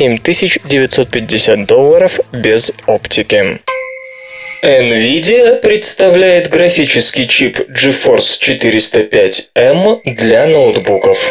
$7950 без оптики. NVIDIA представляет графический чип GeForce 405M для ноутбуков.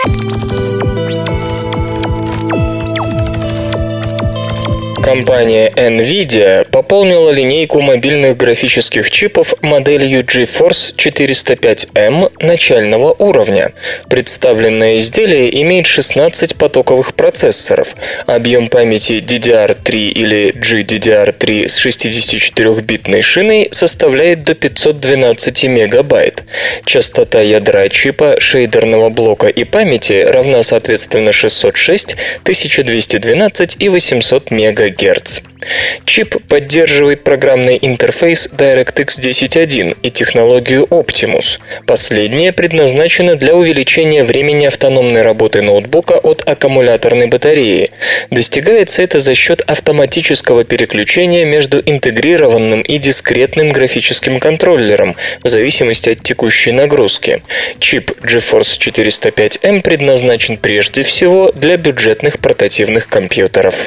Компания NVIDIA пополнила линейку мобильных графических чипов моделью GeForce 405M начального уровня. Представленное изделие имеет 16 потоковых процессоров. Объем памяти DDR3 или GDDR3 с 64-битной шиной составляет до 512 мегабайт. Частота ядра чипа, шейдерного блока и памяти равна соответственно 606, 1212 и 800 МГц. Чип поддерживает программный интерфейс DirectX 10.1 и технологию Optimus. Последняя предназначена для увеличения времени автономной работы ноутбука от аккумуляторной батареи. Достигается это за счет автоматического переключения между интегрированным и дискретным графическим контроллером в зависимости от текущей нагрузки. Чип GeForce 405M предназначен прежде всего для бюджетных портативных компьютеров.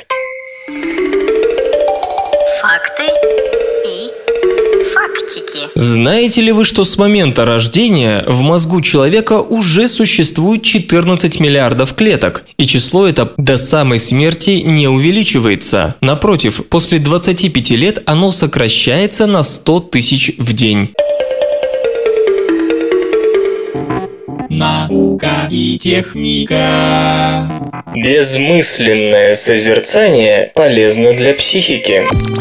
Факты и фактики. Знаете ли вы, что с момента рождения в мозгу человека уже существует 14 миллиардов клеток, и число это до самой смерти не увеличивается. Напротив, после 25 лет оно сокращается на 100 тысяч в день. Наука и техника. Безмысленное созерцание полезно для психики.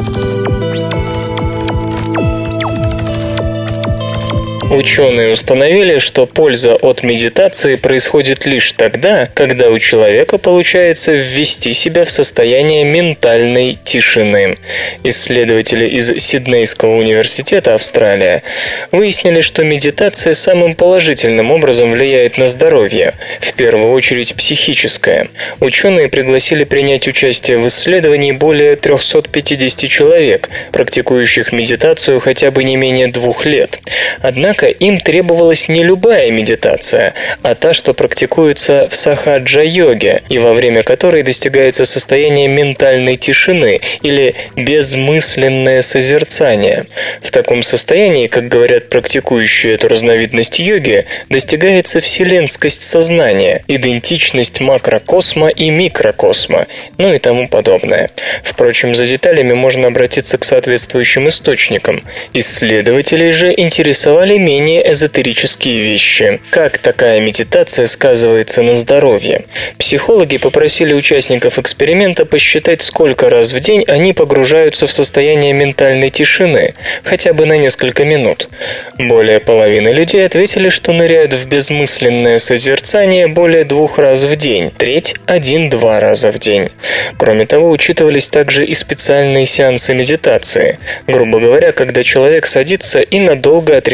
Ученые установили, что польза от медитации происходит лишь тогда, когда у человека получается ввести себя в состояние ментальной тишины. Исследователи из Сиднейского университета, Австралия, выяснили, что медитация самым положительным образом влияет на здоровье, в первую очередь психическое. Ученые пригласили принять участие в исследовании более 350 человек, практикующих медитацию хотя бы не менее 2 лет. Однако им требовалась не любая медитация, а та, что практикуется в сахаджа-йоге, и во время которой достигается состояние ментальной тишины или безмысленное созерцание. В таком состоянии, как говорят практикующие эту разновидность йоги, достигается вселенскость сознания, идентичность макрокосма и микрокосма, ну и тому подобное. Впрочем, за деталями можно обратиться к соответствующим источникам. Исследователей же интересовали менее эзотерические вещи. Как такая медитация сказывается на здоровье? Психологи попросили участников эксперимента посчитать, сколько раз в день они погружаются в состояние ментальной тишины, хотя бы на несколько минут. Более половины людей ответили, что ныряют в безмысленное созерцание более 2 раз в день, треть – 1-2 раза в день. Кроме того, учитывались также и специальные сеансы медитации. Грубо говоря, когда человек садится и надолго отрешается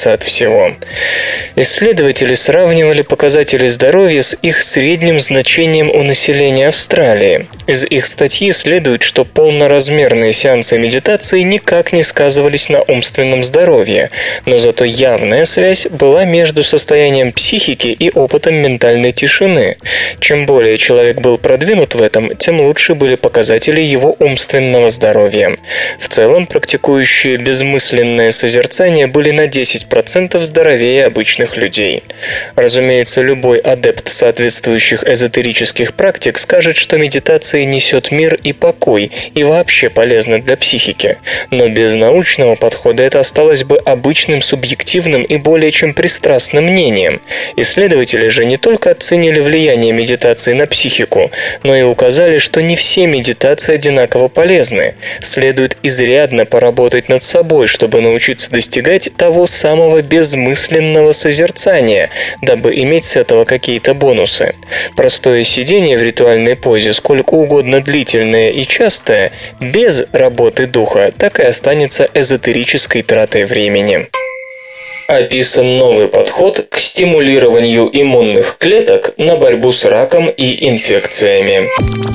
избавиться от всего. Исследователи сравнивали показатели здоровья с их средним значением у населения Австралии. Из их статьи следует, что полноразмерные сеансы медитации никак не сказывались на умственном здоровье, но зато явная связь была между состоянием психики и опытом ментальной тишины. Чем более человек был продвинут в этом, тем лучше были показатели его умственного здоровья. В целом, практикующие безмысленное созерцание были на 10% здоровее обычных людей. Разумеется, любой адепт соответствующих эзотерических практик скажет, что медитация несет мир и покой и вообще полезна для психики. Но без научного подхода это осталось бы обычным субъективным и более чем пристрастным мнением. Исследователи же не только оценили влияние медитации на психику, но и указали, что не все медитации одинаково полезны. Следует изрядно поработать над собой, чтобы научиться достигать того самого безмысленного созерцания, дабы иметь с этого какие-то бонусы. Простое сидение в ритуальной позе, сколько угодно длительное и частое, без работы духа, так и останется эзотерической тратой времени. Описан новый подход к стимулированию иммунных клеток на борьбу с раком и инфекциями.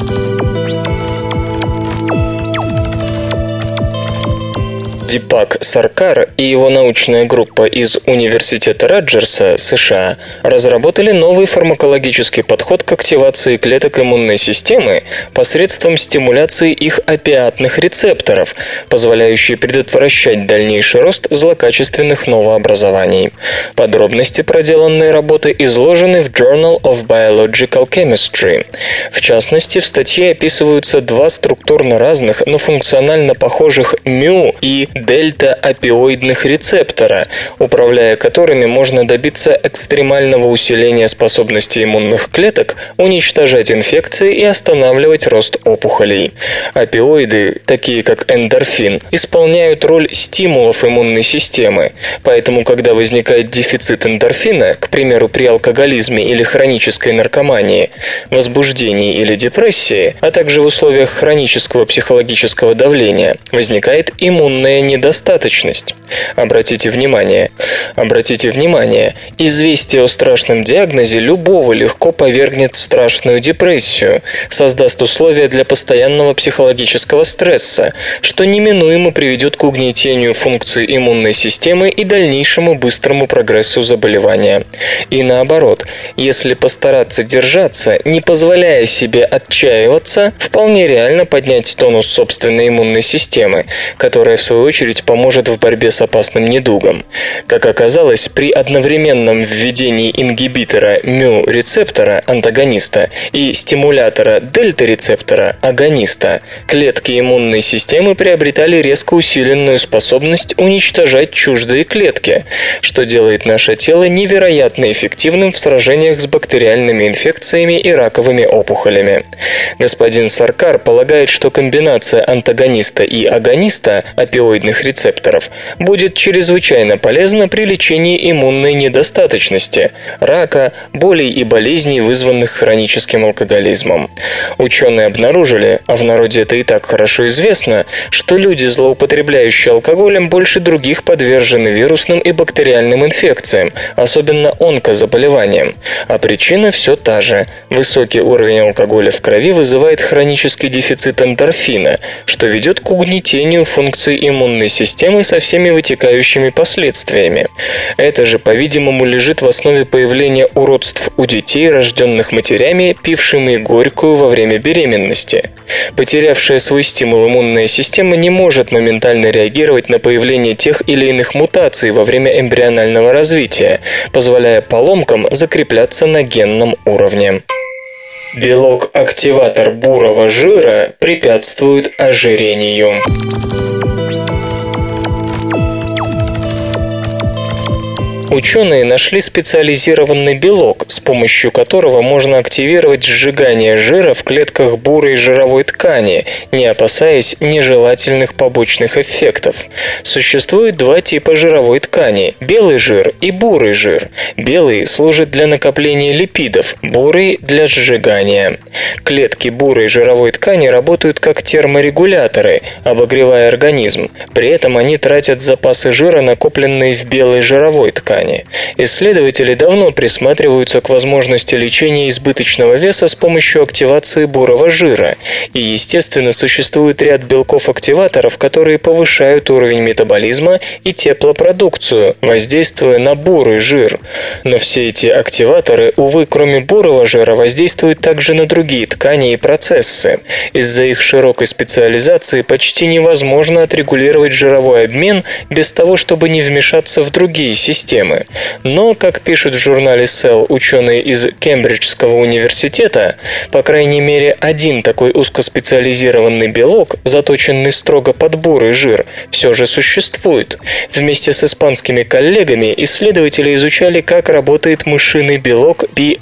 Дипак Саркар и его научная группа из Университета Раджерса, США, разработали новый фармакологический подход к активации клеток иммунной системы посредством стимуляции их опиатных рецепторов, позволяющий предотвращать дальнейший рост злокачественных новообразований. Подробности проделанной работы изложены в Journal of Biological Chemistry. В частности, в статье описываются два структурно разных, но функционально похожих МЮ и дельта-опиоидных рецептора, управляя которыми можно добиться экстремального усиления способности иммунных клеток уничтожать инфекции и останавливать рост опухолей. Опиоиды, такие как эндорфин, исполняют роль стимулов иммунной системы, поэтому, когда возникает дефицит эндорфина, к примеру, при алкоголизме или хронической наркомании, возбуждении или депрессии, а также в условиях хронического психологического давления, возникает иммунная недостаточность. Обратите внимание, известие о страшном диагнозе любого легко повергнет в страшную депрессию, создаст условия для постоянного психологического стресса, что неминуемо приведет к угнетению функций иммунной системы и дальнейшему быстрому прогрессу заболевания. И наоборот, если постараться держаться, не позволяя себе отчаиваться, вполне реально поднять тонус собственной иммунной системы, которая в свою очередь поможет в борьбе с опасным недугом. Как оказалось, при одновременном введении ингибитора МЮ-рецептора, антагониста, и стимулятора дельта-рецептора, агониста, клетки иммунной системы приобретали резко усиленную способность уничтожать чуждые клетки, что делает наше тело невероятно эффективным в сражениях с бактериальными инфекциями и раковыми опухолями. Господин Саркар полагает, что комбинация антагониста и агониста опиоидных рецепторов будет чрезвычайно полезна при лечении иммунной недостаточности, рака, болей и болезней, вызванных хроническим алкоголизмом. Ученые обнаружили, а в народе это и так хорошо известно, что люди, злоупотребляющие алкоголем, больше других подвержены вирусным и бактериальным инфекциям, особенно онкозаболеваниям. А причина все та же. Высокий уровень алкоголя в крови вызывает хронический дефицит эндорфина, что ведет к угнетению функций иммунной системы со всеми вытекающими последствиями. Это же, по-видимому, лежит в основе появления уродств у детей, рожденных матерями, пившими горькую во время беременности. Потерявшая свой стимул иммунная система не может моментально реагировать на появление тех или иных мутаций во время эмбрионального развития, позволяя поломкам закрепляться на генном уровне. Белок-активатор бурого жира препятствует ожирению. Ученые нашли специализированный белок, с помощью которого можно активировать сжигание жира в клетках бурой жировой ткани, не опасаясь нежелательных побочных эффектов. Существует два типа жировой ткани – белый жир и бурый жир. Белый служит для накопления липидов, бурый – для сжигания. Клетки бурой жировой ткани работают как терморегуляторы, обогревая организм. При этом они тратят запасы жира, накопленные в белой жировой ткани. Исследователи давно присматриваются к возможности лечения избыточного веса с помощью активации бурого жира. И, естественно, существует ряд белков-активаторов, которые повышают уровень метаболизма и теплопродукцию, воздействуя на бурый жир. Но все эти активаторы, увы, кроме бурого жира, воздействуют также на другие ткани и процессы. Из-за их широкой специализации почти невозможно отрегулировать жировой обмен без того, чтобы не вмешаться в другие системы. Но, как пишут в журнале Cell ученые из Кембриджского университета, по крайней мере, один такой узкоспециализированный белок, заточенный строго под бурый жир, все же существует. Вместе с испанскими коллегами исследователи изучали, как работает мышиный белок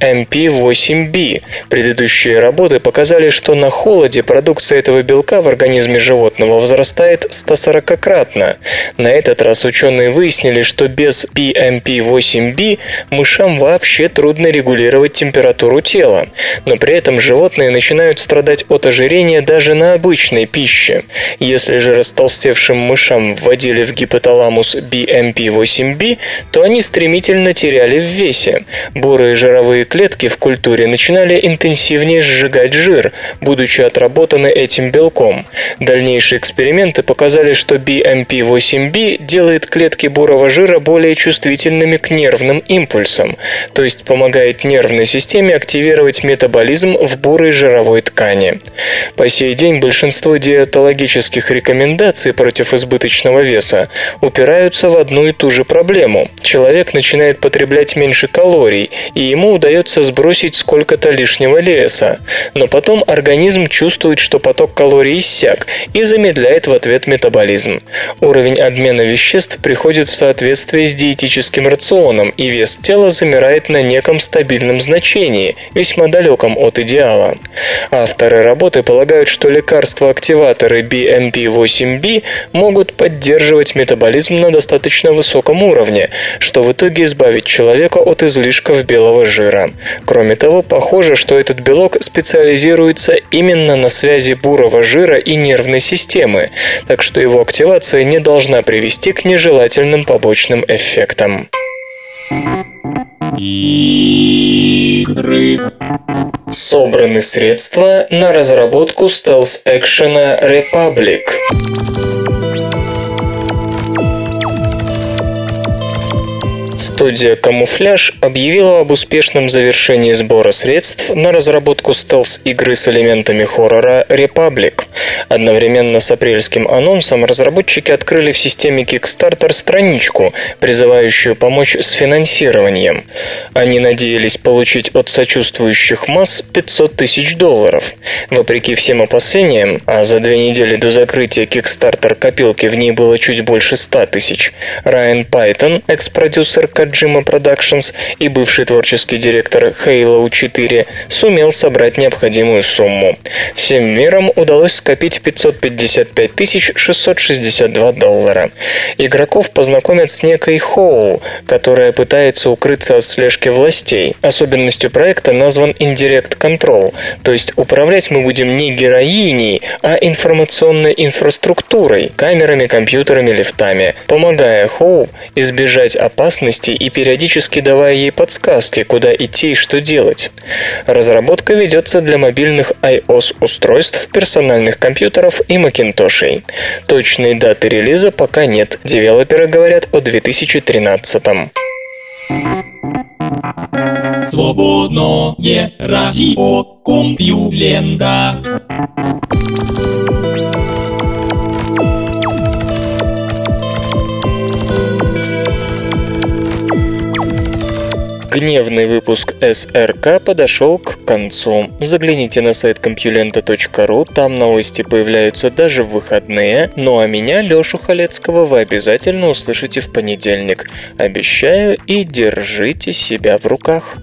BMP8B. Предыдущие работы показали, что на холоде продукция этого белка в организме животного возрастает 140-кратно. На этот раз ученые выяснили, что без BMP8B мышам вообще трудно регулировать температуру тела. Но при этом животные начинают страдать от ожирения даже на обычной пище. Если же растолстевшим мышам вводили в гипоталамус BMP8B, то они стремительно теряли в весе. Бурые жировые клетки в культуре начинали интенсивнее сжигать жир, будучи отработаны этим белком. Дальнейшие эксперименты показали, что BMP8B делает клетки бурого жира более чувствительными к нервным импульсам, то есть помогает нервной системе активировать метаболизм в бурой жировой ткани. По сей день большинство диетологических рекомендаций против избыточного веса упираются в одну и ту же проблему. Человек начинает потреблять меньше калорий, и ему удается сбросить сколько-то лишнего веса. Но потом организм чувствует, что поток калорий иссяк, и замедляет в ответ метаболизм. Уровень обмена веществ приходит в соответствие с диетическим рационом, и вес тела замирает на неком стабильном значении, весьма далеком от идеала. Авторы работы полагают, что лекарства-активаторы BMP8B могут поддерживать метаболизм на достаточно высоком уровне, что в итоге избавит человека от излишков белого жира. Кроме того, похоже, что этот белок специализируется именно на связи бурого жира и нервной системы, так что его активация не должна привести к нежелательным побочным эффектам. Игры. Собраны средства на разработку стелс-экшена Republic. Студия «Камуфляж» объявила об успешном завершении сбора средств на разработку стелс-игры с элементами хоррора Republic. Одновременно с апрельским анонсом разработчики открыли в системе Kickstarter страничку, призывающую помочь с финансированием. Они надеялись получить от сочувствующих масс $500 тысяч. Вопреки всем опасениям, а за 2 недели до закрытия Kickstarter копилки в ней было чуть больше 100 тысяч, Райан Пайтон, экс-продюсер Kojima Productions и бывший творческий директор Halo 4, сумел собрать необходимую сумму. Всем миром удалось скопить $555 662. Игроков познакомят с некой Хоу, которая пытается укрыться от слежки властей. Особенностью проекта назван Indirect Control, то есть управлять мы будем не героиней, а информационной инфраструктурой, камерами, компьютерами, лифтами, помогая Хоу избежать опасности и периодически давая ей подсказки, куда идти и что делать. Разработка ведется для мобильных iOS-устройств, персональных компьютеров и макинтошей. Точной даты релиза пока нет, девелоперы говорят о 2013-м. Свободное радио Компьюлента. Гневный выпуск СРК подошел к концу. Загляните на сайт compulenta.ru, там новости появляются даже в выходные. Ну а меня, Лёшу Халецкого, вы обязательно услышите в понедельник. Обещаю, и держите себя в руках.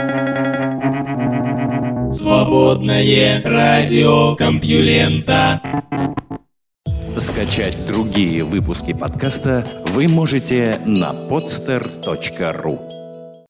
Свободное радио Компьюлента. Скачать другие выпуски подкаста вы можете на podster.ru.